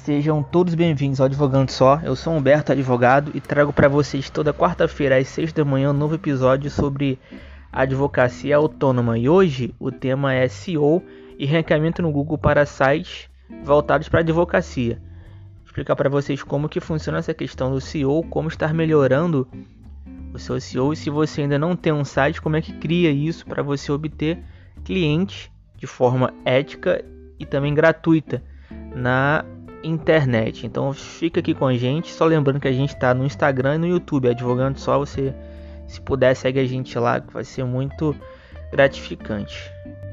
Sejam todos bem-vindos ao Advogando Só. Eu sou Humberto, advogado, e trago para vocês toda quarta-feira às 6 da manhã um novo episódio sobre advocacia autônoma. E hoje o tema é SEO e ranqueamento no Google para sites voltados para advocacia. Vou explicar para vocês como que funciona essa questão do SEO, como estar melhorando o seu SEO, e se você ainda não tem um site, como é que cria isso para você obter clientes de forma ética e também gratuita na internet. Então fica aqui com a gente, só lembrando que a gente está no Instagram e no YouTube, Advogando Só. Você, se puder, segue a gente lá, que vai ser muito gratificante.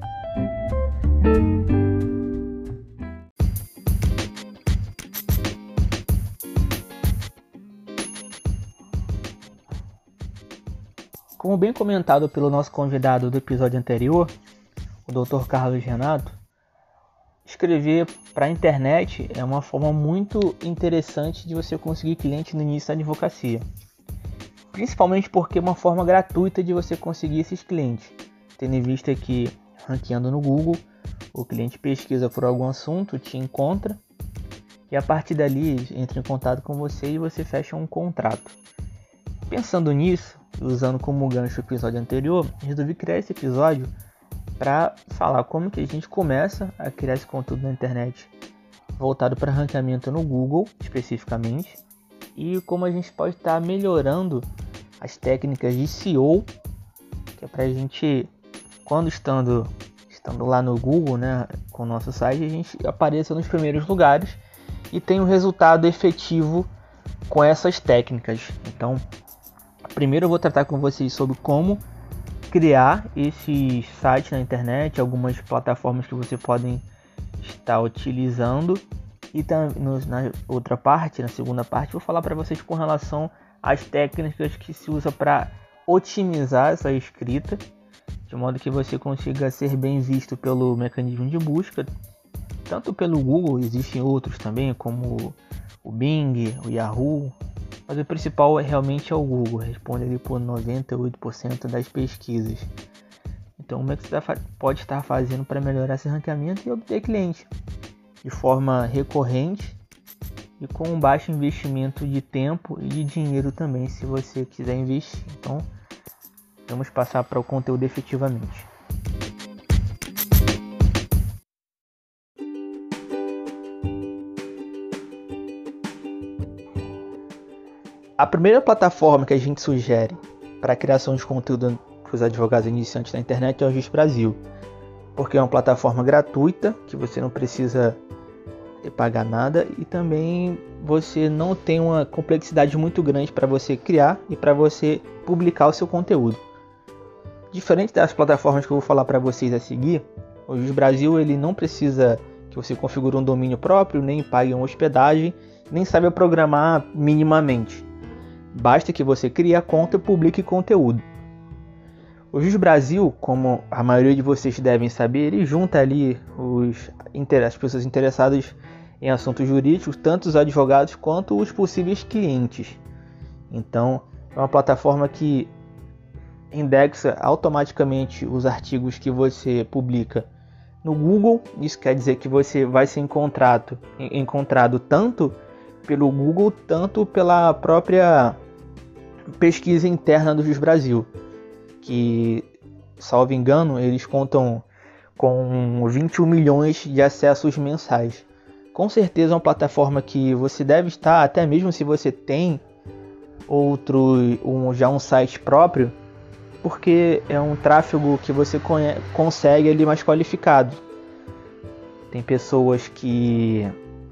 Como bem comentado pelo nosso convidado do episódio anterior, o Dr. Carlos Renato, escrever para a internet é uma forma muito interessante de você conseguir cliente no início da advocacia. Principalmente porque é uma forma gratuita de você conseguir esses clientes. Tendo em vista que, ranqueando no Google, o cliente pesquisa por algum assunto, te encontra e a partir dali entra em contato com você e você fecha um contrato. Pensando nisso, usando como gancho o episódio anterior, resolvi criar esse episódio para falar como que a gente começa a criar esse conteúdo na internet voltado para ranqueamento no Google, especificamente, e como a gente pode estar melhorando as técnicas de SEO, que é para a gente, quando estando lá no Google, né, com o nosso site, a gente apareça nos primeiros lugares e tenha um resultado efetivo com essas técnicas. Então, primeiro eu vou tratar com vocês sobre como criar esses sites na internet, algumas plataformas que você podem estar utilizando, e na outra parte, na segunda parte, vou falar para vocês com relação às técnicas que se usa para otimizar essa escrita, de modo que você consiga ser bem visto pelo mecanismo de busca, tanto pelo Google, existem outros também, como o Bing, o Yahoo, mas o principal realmente é o Google, responde ali por 98% das pesquisas. Então, como é que você pode estar fazendo para melhorar esse ranqueamento e obter cliente de forma recorrente e com um baixo investimento de tempo e de dinheiro também, se você quiser investir. Então, vamos passar para o conteúdo efetivamente. A primeira plataforma que a gente sugere para a criação de conteúdo para os advogados iniciantes na internet é o Juiz Brasil, porque é uma plataforma gratuita, que você não precisa pagar nada e também você não tem uma complexidade muito grande para você criar e para você publicar o seu conteúdo. Diferente das plataformas que eu vou falar para vocês a seguir, o Juiz Brasil ele não precisa que você configure um domínio próprio, nem pague uma hospedagem, nem saiba programar minimamente. Basta que você crie a conta e publique conteúdo. O Juiz Brasil, como a maioria de vocês devem saber, ele junta ali as pessoas interessadas em assuntos jurídicos, tanto os advogados quanto os possíveis clientes. Então, é uma plataforma que indexa automaticamente os artigos que você publica no Google. Isso quer dizer que você vai ser encontrado tanto pelo Google, tanto pela própria pesquisa interna do Juiz Brasil, que, salvo engano, eles contam com 21 milhões de acessos mensais. Com certeza é uma plataforma que você deve estar, até mesmo se você tem já um site próprio, porque é um tráfego que você consegue ali mais qualificado. Tem pessoas que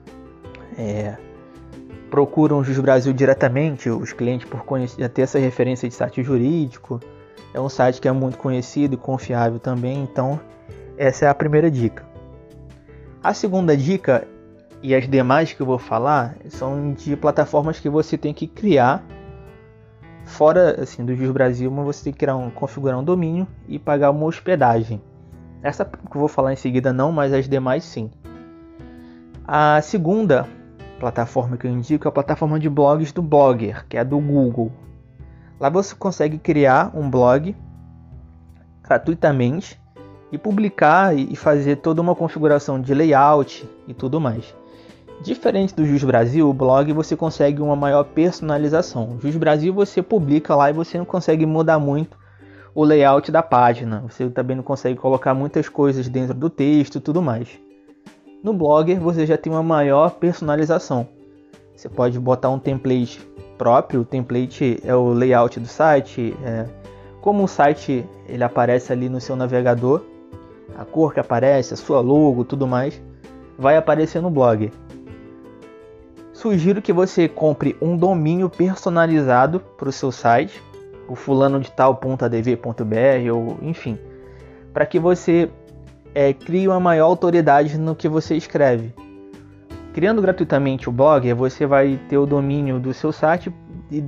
procuram o Juiz Brasil diretamente, os clientes, por já ter essa referência de site jurídico. É um site que é muito conhecido e confiável também, então essa é a primeira dica. A segunda dica, e as demais que eu vou falar, são de plataformas que você tem que criar, fora assim, do Juiz Brasil, mas você tem que configurar um domínio e pagar uma hospedagem. Essa que eu vou falar em seguida não, mas as demais sim. A segunda plataforma que eu indico é a plataforma de blogs do Blogger, que é do Google. Lá você consegue criar um blog gratuitamente e publicar e fazer toda uma configuração de layout e tudo mais. Diferente do Jus Brasil, o blog você consegue uma maior personalização. O Jus Brasil você publica lá e você não consegue mudar muito o layout da página. Você também não consegue colocar muitas coisas dentro do texto e tudo mais. No Blogger você já tem uma maior personalização. Você pode botar um template próprio. O template é o layout do site, como o site ele aparece ali no seu navegador, a cor que aparece, a sua logo, tudo mais, vai aparecer no Blogger. Sugiro que você compre um domínio personalizado para o seu site, o fulano de tal.adv.br ou enfim, para que você crie uma maior autoridade no que você escreve. Criando gratuitamente o Blogger, você vai ter o domínio do seu site e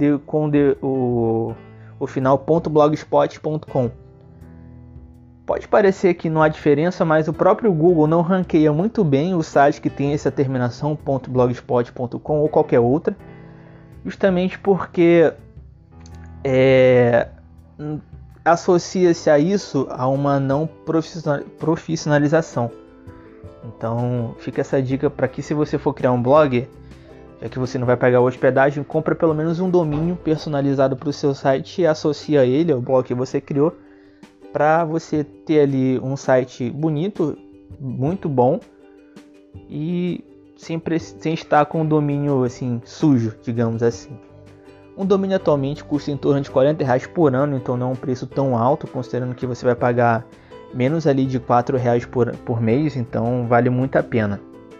o final .blogspot.com. Pode parecer que não há diferença, mas o próprio Google não ranqueia muito bem o site que tem essa terminação .blogspot.com ou qualquer outra, justamente porque associa-se a isso a uma não profissionalização. Então fica essa dica para que, se você for criar um blog, já que você não vai pagar hospedagem, compra pelo menos um domínio personalizado para o seu site e associa ele ao blog que você criou, para você ter ali um site bonito, muito bom e sem estar com o domínio assim sujo, digamos assim. Um domínio atualmente custa em torno de R$40 por ano, então não é um preço tão alto, considerando que você vai pagar menos ali de R$4 por mês, então vale muito a pena.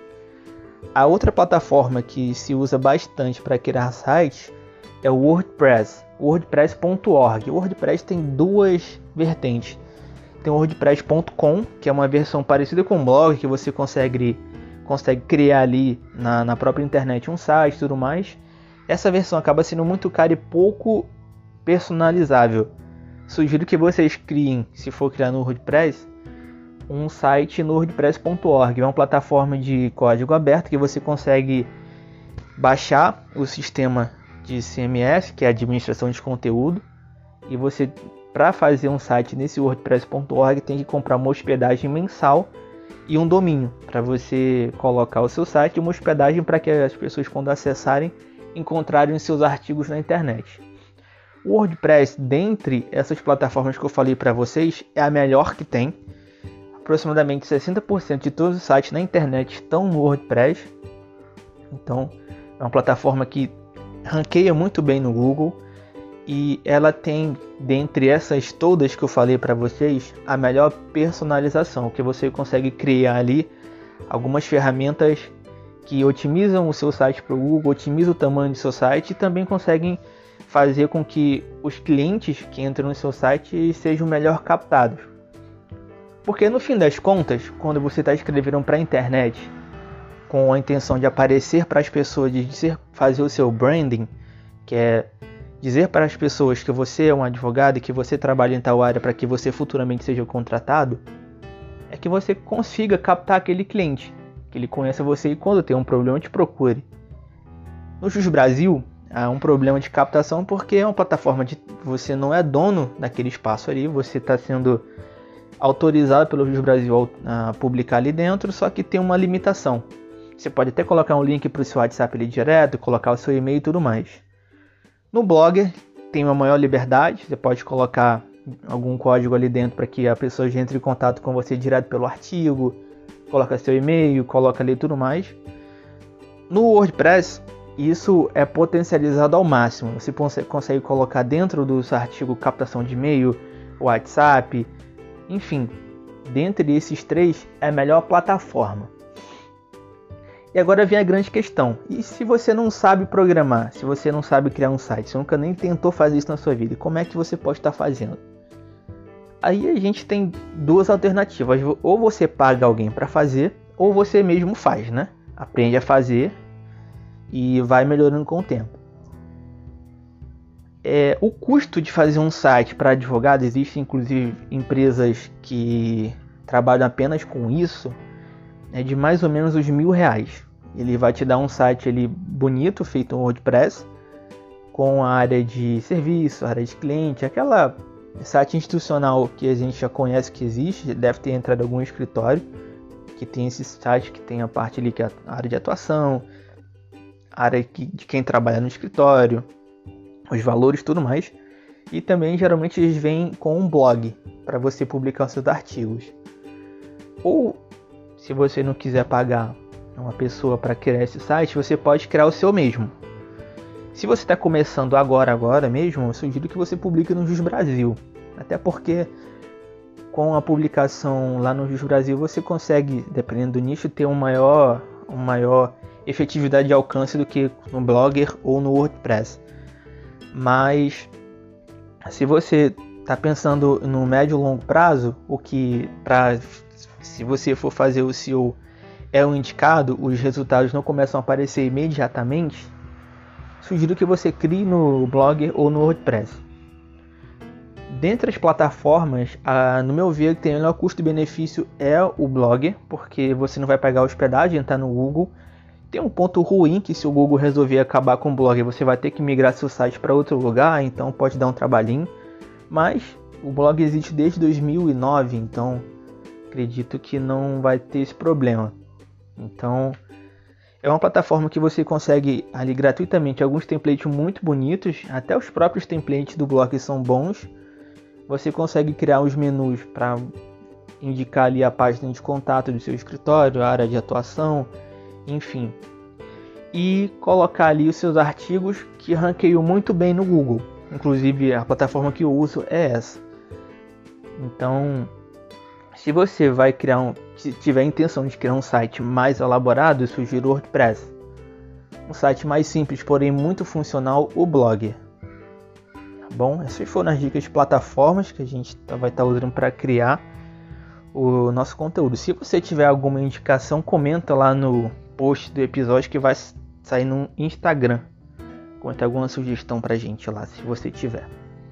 A outra plataforma que se usa bastante para criar sites é o WordPress, wordpress.org. O WordPress tem duas vertentes. Tem o wordpress.com, que é uma versão parecida com o blog, que você consegue criar ali na própria internet um site e tudo mais. Essa versão acaba sendo muito cara e pouco personalizável. Sugiro que vocês criem, se for criar no WordPress, um site no wordpress.org. É uma plataforma de código aberto que você consegue baixar o sistema de CMS, que é a administração de conteúdo, e você, para fazer um site nesse wordpress.org, tem que comprar uma hospedagem mensal e um domínio para você colocar o seu site, e uma hospedagem para que as pessoas, quando acessarem, encontrarem os seus artigos na internet. O WordPress, dentre essas plataformas que eu falei para vocês, é a melhor que tem. Aproximadamente 60% de todos os sites na internet estão no WordPress. Então é uma plataforma que ranqueia muito bem no Google, e ela tem, dentre essas todas que eu falei para vocês, a melhor personalização, que você consegue criar ali algumas ferramentas que otimizam o seu site para o Google, otimizam o tamanho do seu site e também conseguem fazer com que os clientes que entram no seu site sejam melhor captados. Porque no fim das contas, quando você está escrevendo para a internet com a intenção de aparecer para as pessoas, de fazer o seu branding, que é dizer para as pessoas que você é um advogado e que você trabalha em tal área para que você futuramente seja contratado, é que você consiga captar aquele cliente, que ele conheça você e quando tem um problema te procure. No Jus Brasil há um problema de captação porque é uma plataforma de você não é dono daquele espaço ali, você está sendo autorizado pelo Jus Brasil a publicar ali dentro, só que tem uma limitação. Você pode até colocar um link para o seu WhatsApp ali direto, colocar o seu e-mail e tudo mais. No Blogger tem uma maior liberdade, você pode colocar algum código ali dentro para que a pessoa já entre em contato com você direto pelo artigo, coloca seu e-mail, coloca ali tudo mais. No WordPress isso é potencializado ao máximo, você consegue colocar dentro do seu artigo captação de e-mail, WhatsApp, enfim, dentre esses três é a melhor plataforma. E agora vem a grande questão: e se você não sabe programar, se você não sabe criar um site, você nunca nem tentou fazer isso na sua vida, como é que você pode estar fazendo? Aí a gente tem duas alternativas: ou você paga alguém para fazer, ou você mesmo faz, né? Aprende a fazer e vai melhorando com o tempo. O custo de fazer um site para advogado, existem inclusive empresas que trabalham apenas com isso, é de mais ou menos os R$1.000. Ele vai te dar um site ali bonito, feito em WordPress, com a área de serviço, área de cliente, aquela site institucional que a gente já conhece que existe, deve ter entrado em algum escritório. que tem esse site que tem a parte ali que é a área de atuação, a área de quem trabalha no escritório, os valores e tudo mais. E também geralmente eles vêm com um blog para você publicar os seus artigos. Ou se você não quiser pagar uma pessoa para criar esse site, você pode criar o seu mesmo. Se você está começando agora mesmo, eu sugiro que você publique no Jus Brasil. Até porque com a publicação lá no Jus Brasil você consegue, dependendo do nicho, ter uma maior efetividade de alcance do que no Blogger ou no WordPress. Mas se você está pensando no médio e longo prazo, se você for fazer o SEO é o indicado, os resultados não começam a aparecer imediatamente, sugiro que você crie no Blogger ou no WordPress. Dentre as plataformas, no meu ver, que tem o melhor custo-benefício é o Blogger, porque você não vai pagar hospedagem, entrar no Google. Tem um ponto ruim que se o Google resolver acabar com o Blogger, você vai ter que migrar seu site para outro lugar, então pode dar um trabalhinho. Mas o blog existe desde 2009, então acredito que não vai ter esse problema. Então é uma plataforma que você consegue ali gratuitamente alguns templates muito bonitos, até os próprios templates do blog são bons. Você consegue criar os menus para indicar ali a página de contato do seu escritório, a área de atuação, enfim. E colocar ali os seus artigos que ranqueiam muito bem no Google. Inclusive a plataforma que eu uso é essa. Então, se você se tiver a intenção de criar um site mais elaborado, eu sugiro o WordPress. Um site mais simples, porém muito funcional, o Blogger. Bom, essas foram as dicas de plataformas que a gente vai estar usando para criar o nosso conteúdo. Se você tiver alguma indicação, comenta lá no post do episódio que vai sair no Instagram. Comenta alguma sugestão pra gente lá, se você tiver.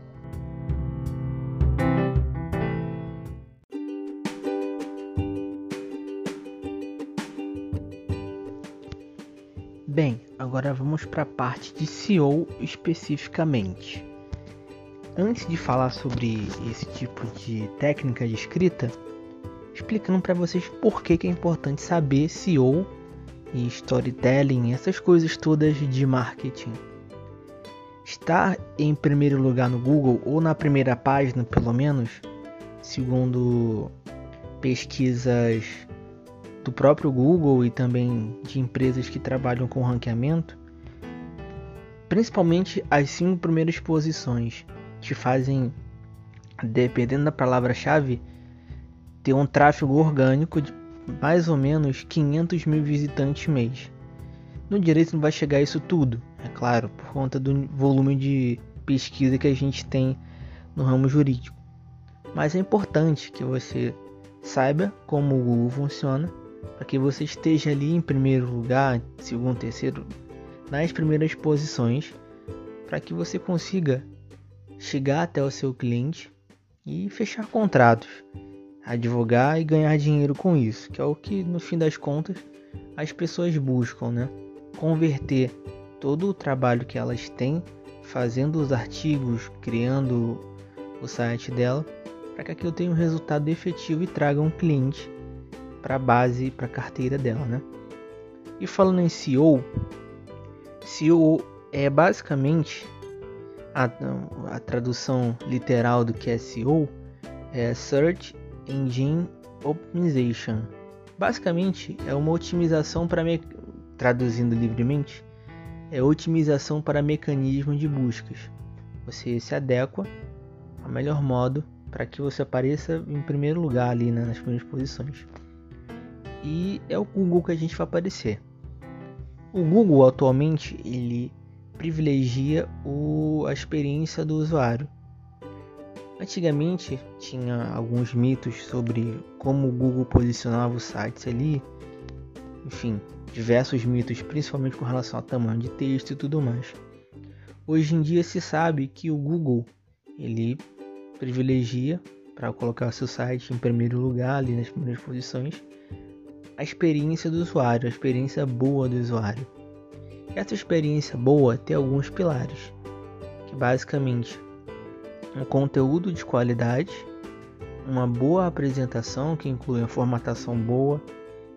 Bem, agora vamos para a parte de SEO especificamente. Antes de falar sobre esse tipo de técnica de escrita, explicando para vocês por que é importante saber SEO e storytelling, essas coisas todas de marketing. Estar em primeiro lugar no Google, ou na primeira página pelo menos, segundo pesquisas do próprio Google e também de empresas que trabalham com ranqueamento, principalmente as 5 primeiras posições te fazem, dependendo da palavra-chave, ter um tráfego orgânico de mais ou menos 500 mil visitantes mês. No direito não vai chegar a isso tudo, é claro, por conta do volume de pesquisa que a gente tem no ramo jurídico. Mas é importante que você saiba como o Google funciona, para que você esteja ali em primeiro lugar, segundo, terceiro, nas primeiras posições, para que você consiga chegar até o seu cliente e fechar contratos, advogar e ganhar dinheiro com isso, que é o que no fim das contas as pessoas buscam, né? Converter todo o trabalho que elas têm fazendo os artigos, criando o site dela, para que aquilo tenha um resultado efetivo e traga um cliente para a base, para a carteira dela, né? E falando em SEO é basicamente a tradução literal do que é SEO é Search Engine Optimization. Basicamente é uma otimização traduzindo livremente, é otimização para mecanismos de buscas. Você se adequa ao melhor modo para que você apareça em primeiro lugar ali, né, nas primeiras posições. E é o Google que a gente vai aparecer. O Google atualmente ele privilegia a experiência do usuário. Antigamente tinha alguns mitos sobre como o Google posicionava os sites ali, enfim, diversos mitos, principalmente com relação ao tamanho de texto e tudo mais. Hoje em dia se sabe que o Google ele privilegia, para colocar seu site em primeiro lugar ali nas primeiras posições, a experiência do usuário, a experiência boa do usuário. Essa experiência boa tem alguns pilares, que basicamente um conteúdo de qualidade, uma boa apresentação que inclui uma formatação boa,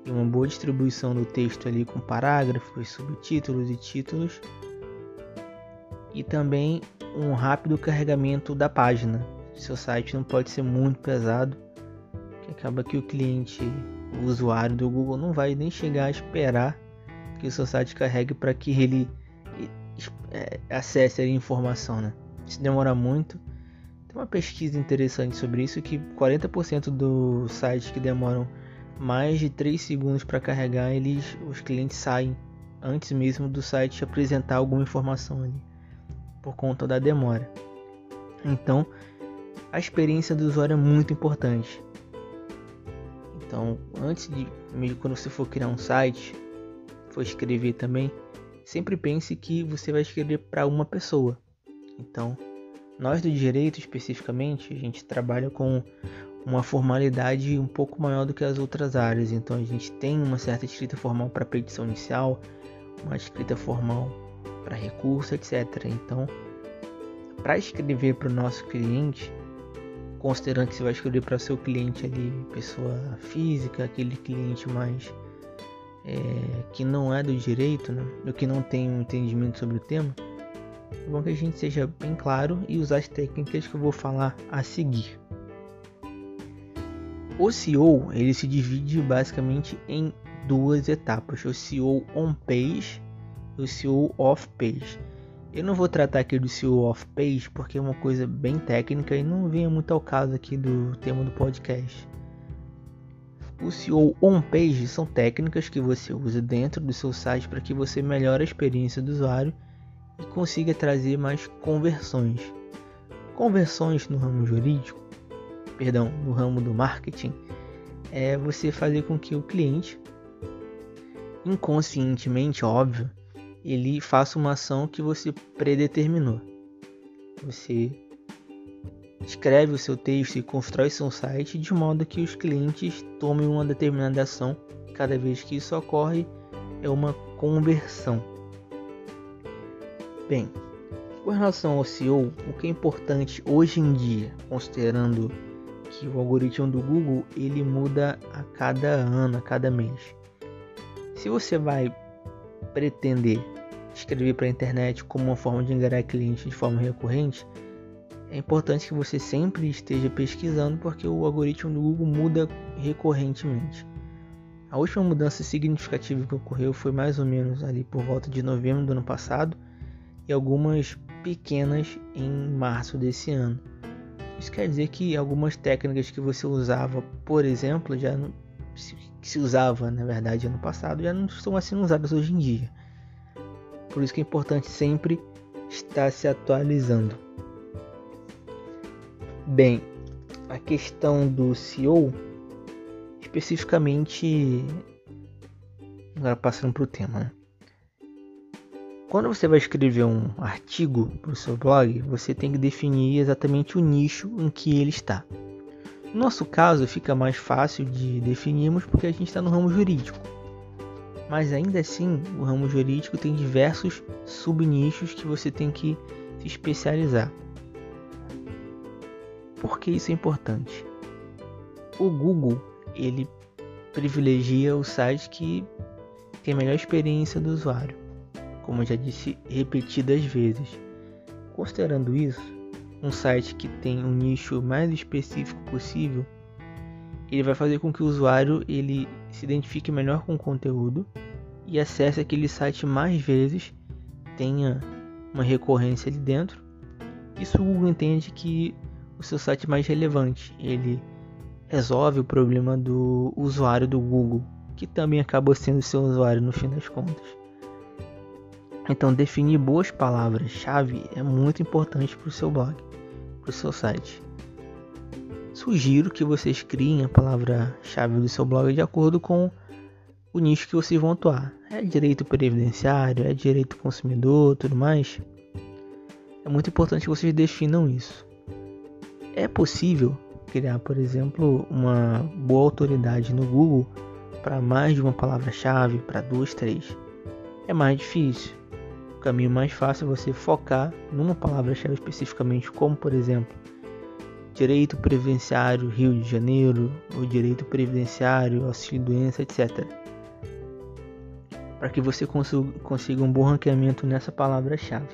e uma boa distribuição do texto ali com parágrafos, subtítulos e títulos, e também um rápido carregamento da página. Seu site não pode ser muito pesado, que acaba que o cliente, o usuário do Google, não vai nem chegar a esperar que o seu site carregue para que ele acesse a informação, né? Se demora muito. Tem uma pesquisa interessante sobre isso, que 40% dos sites que demoram mais de 3 segundos para carregar, os clientes saem antes mesmo do site apresentar alguma informação ali, por conta da demora. Então, a experiência do usuário é muito importante. Então, quando você for criar um site, for escrever também, sempre pense que você vai escrever para uma pessoa. Então, nós do direito especificamente, a gente trabalha com uma formalidade um pouco maior do que as outras áreas. Então, a gente tem uma certa escrita formal para petição inicial, uma escrita formal para recurso, etc. Então, para escrever para o nosso cliente, considerando que você vai escrever para seu cliente ali, pessoa física, aquele cliente mais que não é do direito, né, ou que não tem um entendimento sobre o tema, é bom que a gente seja bem claro e usar as técnicas que eu vou falar a seguir. O SEO, ele se divide basicamente em duas etapas: o SEO on-page e o SEO off-page. Eu não vou tratar aqui do SEO off-page porque é uma coisa bem técnica e não vem muito ao caso aqui do tema do podcast. O SEO on-page são técnicas que você usa dentro do seu site para que você melhore a experiência do usuário e consiga trazer mais conversões. Conversões no ramo jurídico, no ramo do marketing, é você fazer com que o cliente, inconscientemente, óbvio, ele faça uma ação que você predeterminou. Você escreve o seu texto e constrói seu site de modo que os clientes tomem uma determinada ação. Cada vez que isso ocorre, é uma conversão. Bem, com relação ao SEO, o que é importante hoje em dia, considerando que o algoritmo do Google ele muda a cada ano, a cada mês. Se você vai pretender escrever para a internet como uma forma de angariar clientes de forma recorrente, é importante que você sempre esteja pesquisando, porque o algoritmo do Google muda recorrentemente. A última mudança significativa que ocorreu foi mais ou menos ali por volta de novembro do ano passado e algumas pequenas em março desse ano. Isso quer dizer que algumas técnicas que você usava, por exemplo, que se usava na verdade ano passado, já não estão assim usadas hoje em dia. Por isso que é importante sempre estar se atualizando. Bem, a questão do SEO, especificamente, agora passando para o tema, né? Quando você vai escrever um artigo para o seu blog, você tem que definir exatamente o nicho em que ele está. No nosso caso, fica mais fácil de definirmos porque a gente está no ramo jurídico. Mas ainda assim, o ramo jurídico tem diversos subnichos que você tem que se especializar. Por que isso é importante? O Google, ele privilegia o site que tem a melhor experiência do usuário, como eu já disse repetidas vezes. Considerando isso, um site que tem um nicho mais específico possível, ele vai fazer com que o usuário ele se identifique melhor com o conteúdo e acesse aquele site mais vezes, tenha uma recorrência ali dentro. Isso o Google entende que o seu site é mais relevante, ele resolve o problema do usuário do Google, que também acaba sendo seu usuário no fim das contas. Então, definir boas palavras-chave é muito importante para o seu blog, para o seu site. Sugiro que vocês criem a palavra-chave do seu blog de acordo com o nicho que vocês vão atuar. É direito previdenciário, é direito consumidor, tudo mais. É muito importante que vocês definam isso. É possível criar, por exemplo, uma boa autoridade no Google para mais de uma palavra-chave, para 2, 3. É mais difícil. O caminho mais fácil é você focar numa palavra-chave especificamente, como por exemplo, direito previdenciário Rio de Janeiro, ou direito previdenciário, auxílio-doença, etc. Para que você consiga um bom ranqueamento nessa palavra-chave.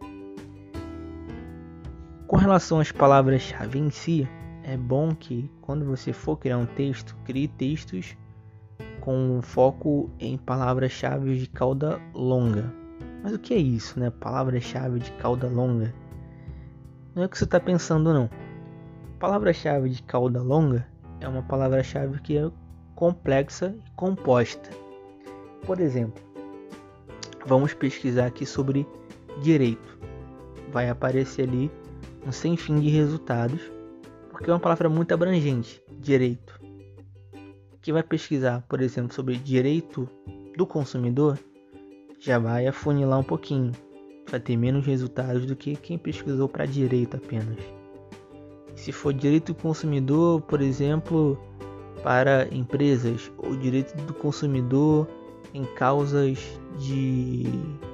Com relação às palavras-chave em si, é bom que quando você for criar um texto, crie textos com foco em palavras-chave de cauda longa. Mas o que é isso, né? Palavra-chave de cauda longa? Não é o que você está pensando, não. Palavra-chave de cauda longa é uma palavra-chave que é complexa e composta. Por exemplo, vamos pesquisar aqui sobre direito. Vai aparecer ali um sem fim de resultados, porque é uma palavra muito abrangente, direito. Quem vai pesquisar, por exemplo, sobre direito do consumidor, já vai afunilar um pouquinho, vai ter menos resultados do que quem pesquisou para direito apenas. Se for direito do consumidor, por exemplo, para empresas, ou direito do consumidor em causas de,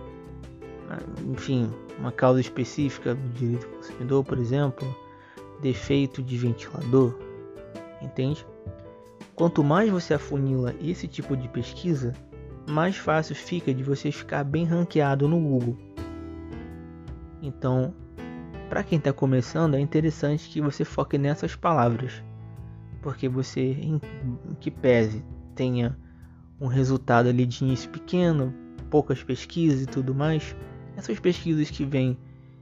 enfim, uma causa específica do direito do consumidor, por exemplo, defeito de ventilador, entende? Quanto mais você afunila esse tipo de pesquisa, mais fácil fica de você ficar bem ranqueado no Google. Então, para quem está começando, é interessante que você foque nessas palavras, porque você, em que pese, tenha um resultado ali de início pequeno, poucas pesquisas e tudo mais. Essas pesquisas que vêm,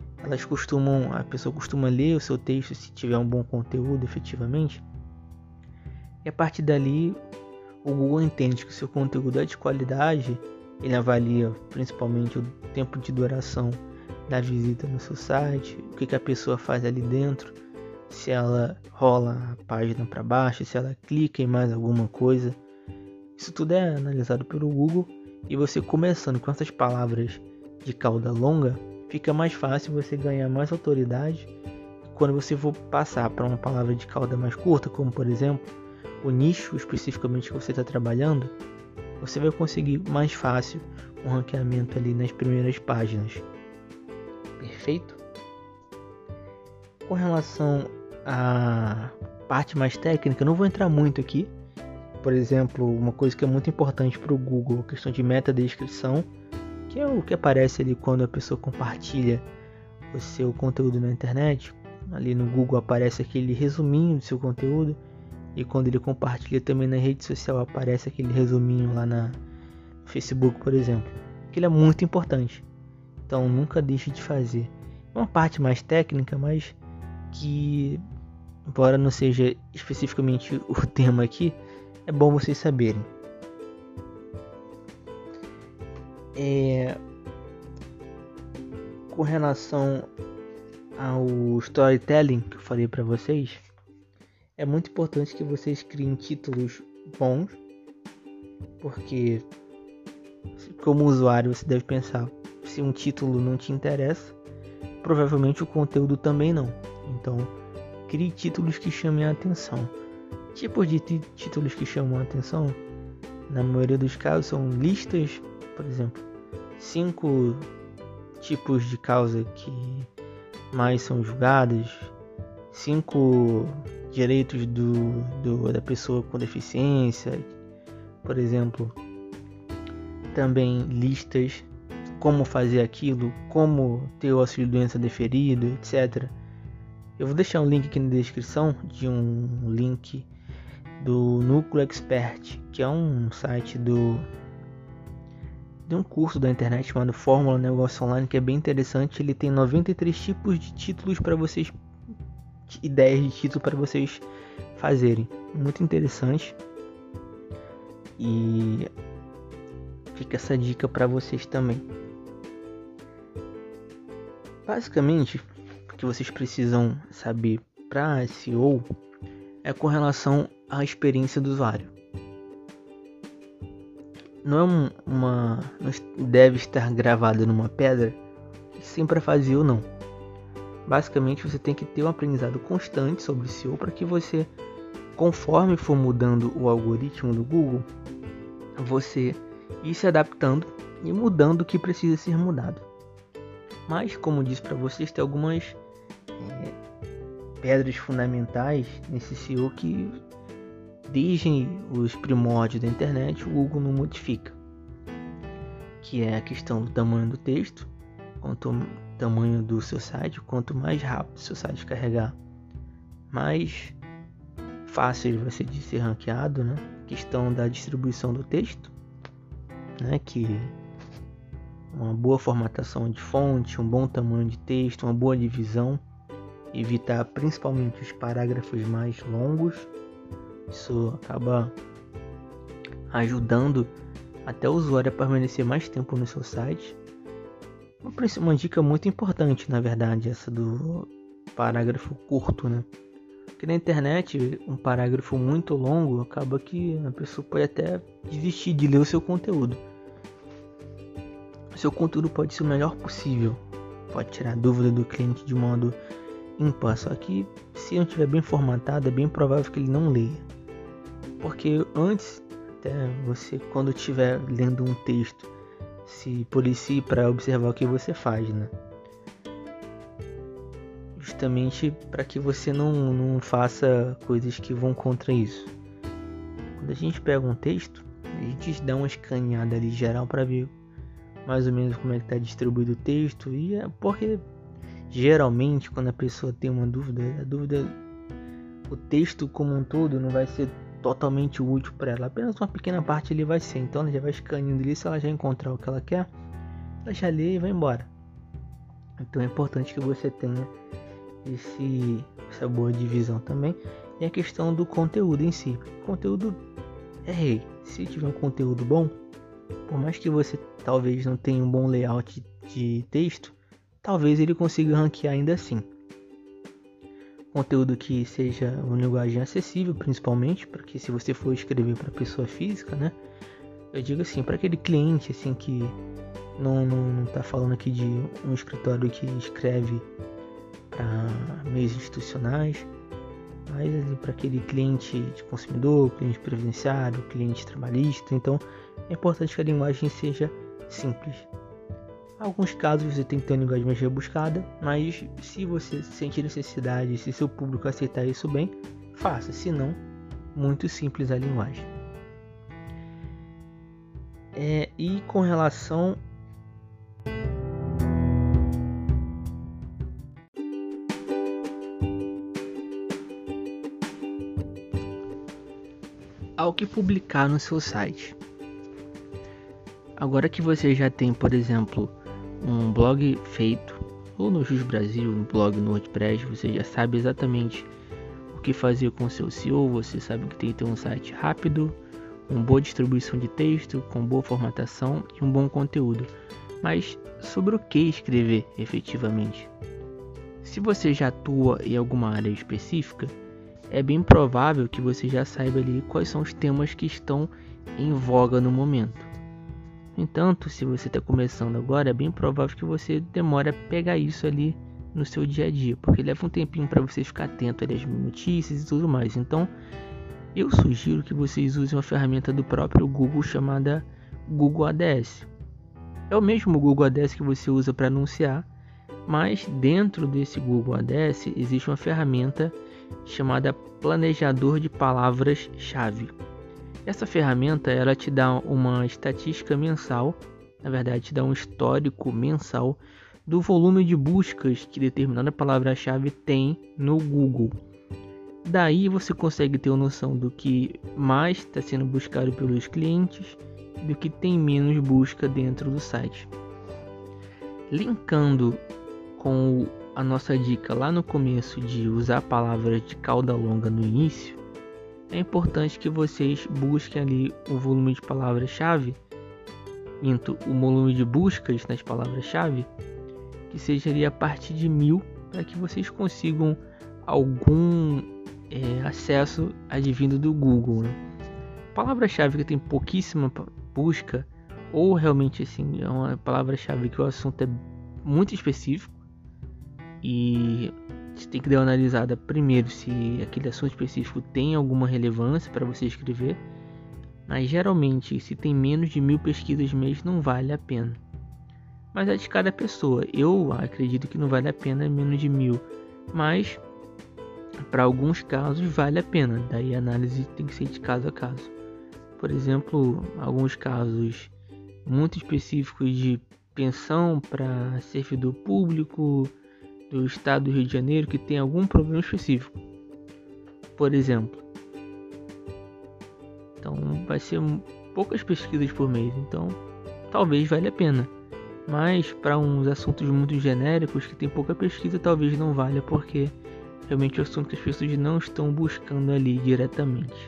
a pessoa costuma ler o seu texto se tiver um bom conteúdo efetivamente, e a partir dali o Google entende que o seu conteúdo é de qualidade. Ele avalia principalmente o tempo de duração da visita no seu site, o que a pessoa faz ali dentro, se ela rola a página para baixo, se ela clica em mais alguma coisa. Isso tudo é analisado pelo Google, e você começando com essas palavras de cauda longa, fica mais fácil você ganhar mais autoridade. Quando você for passar para uma palavra de cauda mais curta, como por exemplo o nicho especificamente que você está trabalhando, você vai conseguir mais fácil um ranqueamento ali nas primeiras páginas. Perfeito? Com relação à parte mais técnica, eu não vou entrar muito aqui. Por exemplo, uma coisa que é muito importante para o Google, a questão de metadescrição, que é o que aparece ali quando a pessoa compartilha o seu conteúdo na internet. Ali no Google aparece aquele resuminho do seu conteúdo, e quando ele compartilha também na rede social aparece aquele resuminho lá no Facebook, por exemplo. Aquilo é muito importante, então nunca deixe de fazer. É uma parte mais técnica, mas que, embora não seja especificamente o tema aqui, é bom vocês saberem. Com relação ao storytelling que eu falei para vocês, é muito importante que vocês criem títulos bons, porque como usuário você deve pensar, se um título não te interessa, provavelmente o conteúdo também não. Então, crie títulos que chamem a atenção. Tipos de títulos que chamam a atenção, na maioria dos casos, são listas, por exemplo, 5 tipos de causa que mais são julgadas, 5 direitos da pessoa com deficiência, por exemplo. Também listas como fazer aquilo, como ter o auxílio-doença deferido, etc. Eu vou deixar um link aqui na descrição de um link do Núcleo Expert, que é um site de um curso da internet chamado Fórmula Negócio Online, que é bem interessante. Ele tem 93 tipos de títulos para vocês, ideias de título para vocês fazerem. Muito interessante. E fica essa dica para vocês também. Basicamente, o que vocês precisam saber para SEO é com relação à experiência do usuário. Não deve estar gravado numa pedra sempre a fazer ou não. Basicamente, você tem que ter um aprendizado constante sobre SEO para que você, conforme for mudando o algoritmo do Google, você ir se adaptando e mudando o que precisa ser mudado. Mas, como disse para vocês, tem algumas pedras fundamentais nesse SEO que desde os primórdios da internet o Google não modifica, que é a questão do tamanho do texto. Quanto o tamanho do seu site, quanto mais rápido o seu site carregar, mais fácil vai ser de ser ranqueado, né? Questão da distribuição do texto, né? Que uma boa formatação de fonte, um bom tamanho de texto, uma boa divisão, evitar principalmente os parágrafos mais longos. Isso acaba ajudando até o usuário a permanecer mais tempo no seu site. Uma dica muito importante, na verdade, essa do parágrafo curto, né? Porque na internet, um parágrafo muito longo acaba que a pessoa pode até desistir de ler o seu conteúdo. O seu conteúdo pode ser o melhor possível, pode tirar a dúvida do cliente de modo ímpar, só que se não estiver bem formatado, é bem provável que ele não leia. Porque antes, até você, quando estiver lendo um texto, se policie para observar o que você faz, né? Justamente para que você não faça coisas que vão contra isso. Quando a gente pega um texto, a gente dá uma escaneada ali geral para ver mais ou menos como é que está distribuído o texto. E é porque geralmente quando a pessoa tem uma dúvida, o texto como um todo não vai ser totalmente útil para ela, apenas uma pequena parte ali vai ser, então ela já vai escaneando ali, se ela já encontrar o que ela quer, ela já lê e vai embora. Então é importante que você tenha essa boa divisão também. E a questão do conteúdo em si, o conteúdo é rei. Se tiver um conteúdo bom, por mais que você talvez não tenha um bom layout de texto, talvez ele consiga ranquear ainda assim. Conteúdo que seja uma linguagem acessível, principalmente, porque se você for escrever para pessoa física, né? Eu digo assim, para aquele cliente assim que não tá falando aqui de um escritório que escreve para meios institucionais, mas para aquele cliente de consumidor, cliente previdenciário, cliente trabalhista. Então é importante que a linguagem seja simples. Em alguns casos você tem que ter uma linguagem mais rebuscada, mas se você sentir necessidade, se seu público aceitar isso bem, faça, se não, muito simples a linguagem. E com relação ao que publicar no seu site. Agora que você já tem, por exemplo, um blog feito, ou no Jus Brasil, um blog no WordPress, você já sabe exatamente o que fazer com o seu SEO, você sabe que tem que ter um site rápido, uma boa distribuição de texto, com boa formatação e um bom conteúdo. Mas sobre o que escrever efetivamente? Se você já atua em alguma área específica, é bem provável que você já saiba ali quais são os temas que estão em voga no momento. No entanto, se você está começando agora, é bem provável que você demore a pegar isso ali no seu dia a dia, porque leva um tempinho para você ficar atento ali às notícias e tudo mais. Então, eu sugiro que vocês usem uma ferramenta do próprio Google chamada Google Ads. É o mesmo Google Ads que você usa para anunciar, mas dentro desse Google Ads existe uma ferramenta chamada Planejador de Palavras-Chave. Essa ferramenta ela te dá uma estatística mensal, na verdade te dá um histórico mensal do volume de buscas que determinada palavra-chave tem no Google. Daí você consegue ter uma noção do que mais está sendo buscado pelos clientes e do que tem menos busca dentro do site. Linkando com a nossa dica lá no começo de usar palavras de cauda longa no início, é importante que vocês busquem ali o volume de palavras-chave, o volume de buscas nas palavras-chave, que seja ali a partir de 1000, para que vocês consigam algum acesso advindo do Google, né? Palavra-chave que tem pouquíssima busca, ou realmente assim, é uma palavra-chave que o assunto é muito específico, e você tem que dar uma analisada primeiro se aquele assunto específico tem alguma relevância para você escrever. Mas geralmente, se tem menos de 1000 pesquisas mês, não vale a pena. Mas é de cada pessoa. Eu acredito que não vale a pena menos de 1000. Mas para alguns casos vale a pena, daí a análise tem que ser de caso a caso. Por exemplo, alguns casos muito específicos de pensão para servidor público do estado do Rio de Janeiro que tem algum problema específico, por exemplo. Então vai ser poucas pesquisas por mês, então talvez valha a pena. Mas para uns assuntos muito genéricos que tem pouca pesquisa, talvez não valha, porque realmente é um assunto que as pessoas não estão buscando ali diretamente.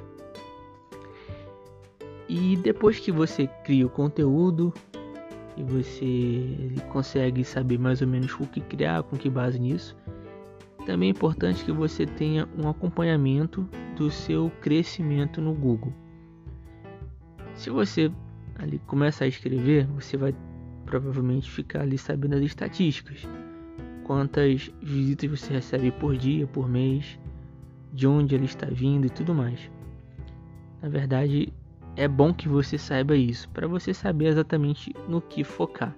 E depois que você cria o conteúdo e você consegue saber mais ou menos o que criar, com que base nisso, também é importante que você tenha um acompanhamento do seu crescimento no Google. Se você ali começar a escrever, você vai provavelmente ficar ali sabendo as estatísticas. Quantas visitas você recebe por dia, por mês, de onde ele está vindo e tudo mais. Na verdade, é bom que você saiba isso, para você saber exatamente no que focar.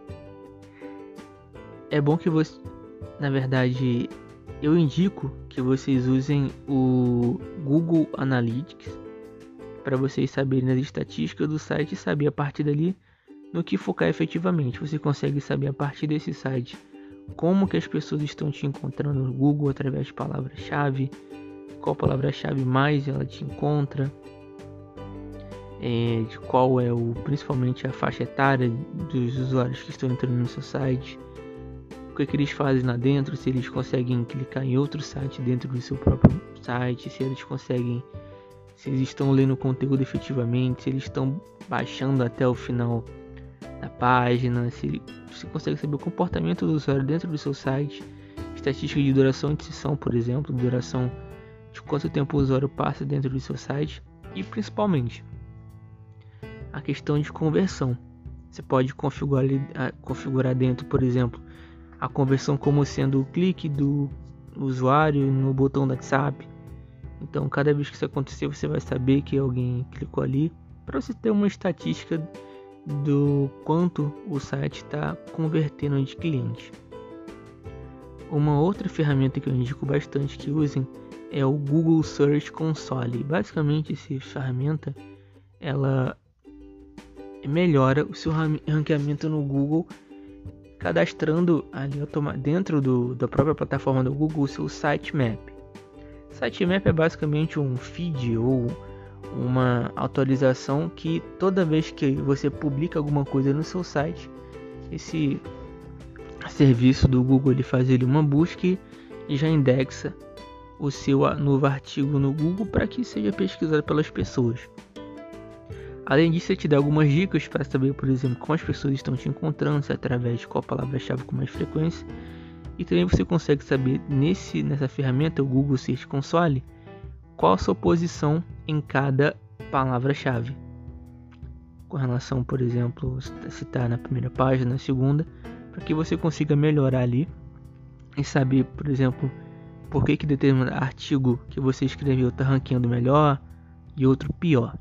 É bom que você, na verdade, eu indico que vocês usem o Google Analytics para vocês saberem as estatísticas do site e saber a partir dali no que focar efetivamente. Você consegue saber a partir desse site como que as pessoas estão te encontrando no Google através de palavra-chave, qual palavra-chave mais ela te encontra, de qual é principalmente a faixa etária dos usuários que estão entrando no seu site, o que eles fazem lá dentro, se eles conseguem clicar em outro site dentro do seu próprio site, se eles estão lendo o conteúdo efetivamente, se eles estão baixando até o final da página, se você consegue saber o comportamento do usuário dentro do seu site, estatística de duração de sessão, por exemplo, duração de quanto tempo o usuário passa dentro do seu site, e principalmente a questão de conversão. Você pode configurar dentro, por exemplo, a conversão como sendo o clique do usuário no botão do WhatsApp. Então, cada vez que isso acontecer, você vai saber que alguém clicou ali, para você ter uma estatística do quanto o site está convertendo de cliente. Uma outra ferramenta que eu indico bastante que usem é o Google Search Console. Basicamente, essa ferramenta ela melhora o seu ranqueamento no Google, cadastrando ali dentro da própria plataforma do Google o seu sitemap. Sitemap é basicamente um feed ou uma atualização que toda vez que você publica alguma coisa no seu site, esse serviço do Google ele faz uma busca e já indexa o seu novo artigo no Google para que seja pesquisado pelas pessoas. Além disso, ele te dá algumas dicas para saber, por exemplo, como as pessoas estão te encontrando, se através de qual palavra-chave com mais frequência. E também você consegue saber nessa ferramenta, o Google Search Console, qual a sua posição em cada palavra-chave. Com relação, por exemplo, se está na primeira página, na segunda, para que você consiga melhorar ali e saber, por exemplo, por que determinado artigo que você escreveu está ranqueando melhor e outro pior.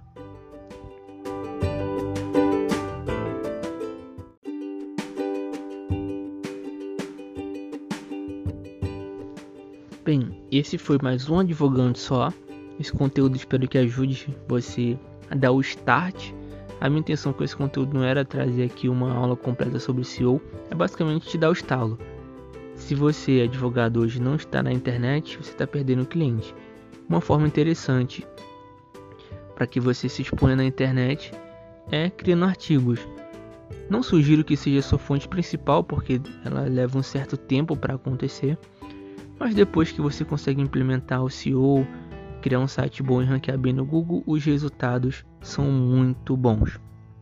Bem, esse foi mais um Advogando Só. Esse conteúdo espero que ajude você a dar o start. A minha intenção com esse conteúdo não era trazer aqui uma aula completa sobre SEO, é basicamente te dar o estalo. Se você, advogado, hoje não está na internet, você está perdendo o cliente. Uma forma interessante para que você se exponha na internet é criando artigos. Não sugiro que seja a sua fonte principal, porque ela leva um certo tempo para acontecer. Mas depois que você consegue implementar o SEO, criar um site bom e ranquear bem no Google, os resultados são muito bons.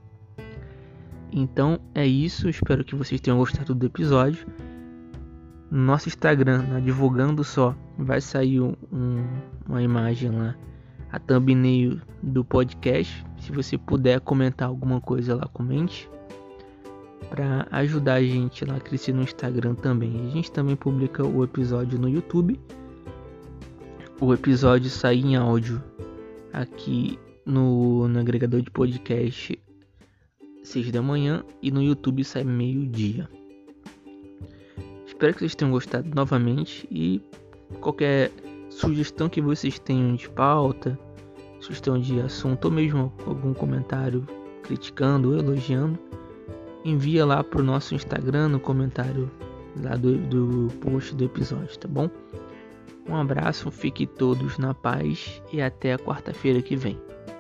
Então é isso, espero que vocês tenham gostado do episódio. No nosso Instagram, na Advogando Só, vai sair uma imagem lá, a thumbnail do podcast. Se você puder comentar alguma coisa lá, comente, para ajudar a gente lá a crescer no Instagram também. A gente também publica o episódio no YouTube. O episódio sai em áudio aqui no agregador de podcast 6 da manhã e no YouTube sai meio-dia. Espero que vocês tenham gostado novamente e sugestão que vocês tenham de pauta, sugestão de assunto, ou mesmo algum comentário criticando ou elogiando, envia lá pro nosso Instagram no comentário lá do post do episódio, tá bom? Um abraço, fiquem todos na paz e até a quarta-feira que vem.